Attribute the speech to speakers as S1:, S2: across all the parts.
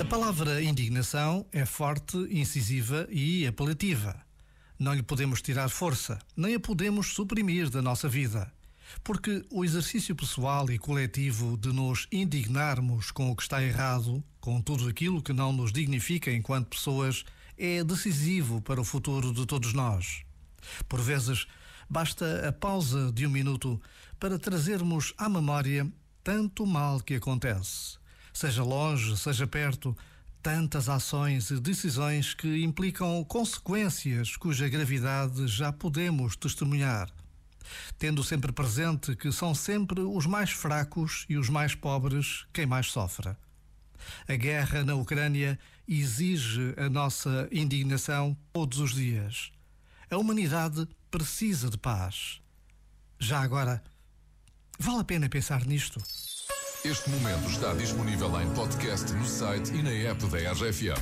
S1: A palavra indignação é forte, incisiva e apelativa. Não lhe podemos tirar força, nem a podemos suprimir da nossa vida. Porque o exercício pessoal e coletivo de nos indignarmos com o que está errado, com tudo aquilo que não nos dignifica enquanto pessoas, é decisivo para o futuro de todos nós. Por vezes, basta a pausa de um minuto para trazermos à memória tanto mal que acontece. Seja longe, seja perto, tantas ações e decisões que implicam consequências cuja gravidade já podemos testemunhar. Tendo sempre presente que são sempre os mais fracos e os mais pobres quem mais sofre. A guerra na Ucrânia exige a nossa indignação todos os dias. A humanidade precisa de paz. Já agora, vale a pena pensar nisto.
S2: Este momento está disponível em podcast no site e na app da RFM.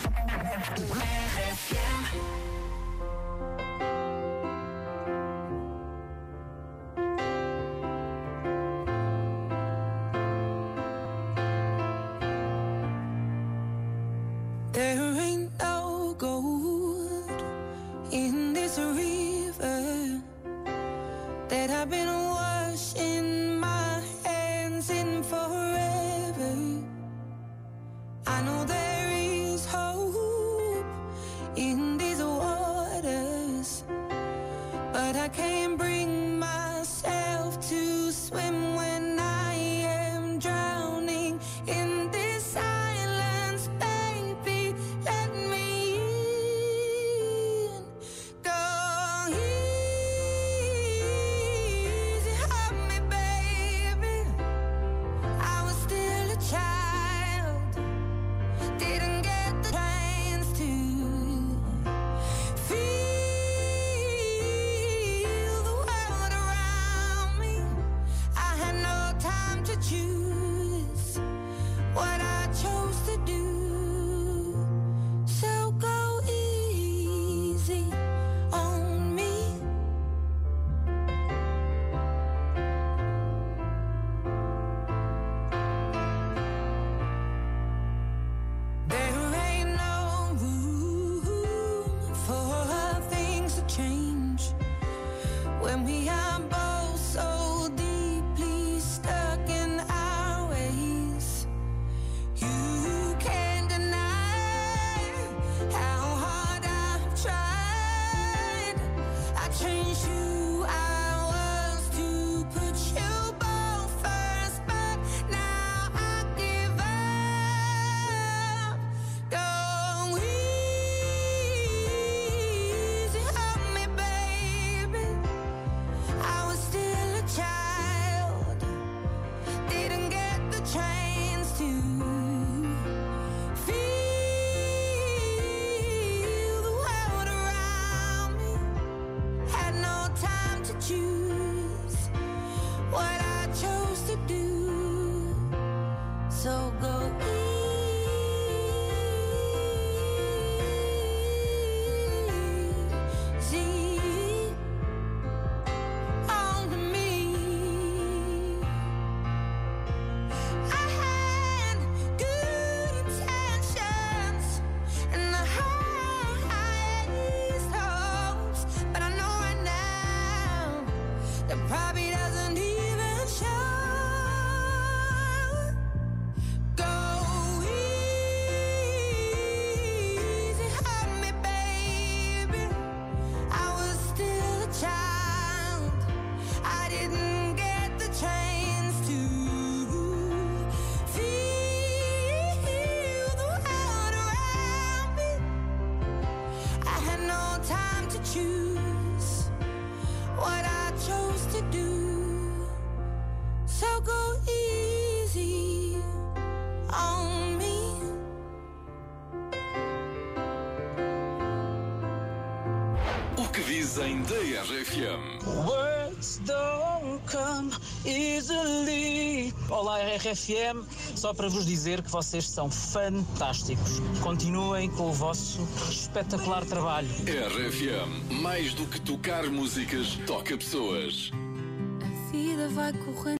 S3: There ain't no gold in this river that I've been washing my hands in forever. I know there is hope in these waters, but I can't bring myself to swim when I am drowning in this silence. Baby, let me in. Go easy on me, baby. I was still a child, didn't get the chance to feel the world around me. I had no time to choose what I chose to do. So go easy on me. There ain't no room for things to change when we are both so deeply stuck in our ways. You can't deny how hard I've tried. I changed who I was to put you both first, but now I give up. Go easy on me, baby. I was still a child, didn't get the chance to feel the world around me. Had no time to choose what I chose to do. So go easy on me. I had good intentions and the highest hopes, but I know right now that probably doesn't even show. Go easy on me, baby. I was still a child, I didn't get the chance to feel the world around me. I had no time to choose what I chose to do. So go easy on me.
S2: O que dizem da RFM?
S4: Words don't come easily. Olá, RFM. Só para vos dizer que vocês são fantásticos. Continuem com o vosso espetacular trabalho.
S2: RFM, mais do que tocar músicas, toca pessoas.
S3: A vida vai correndo.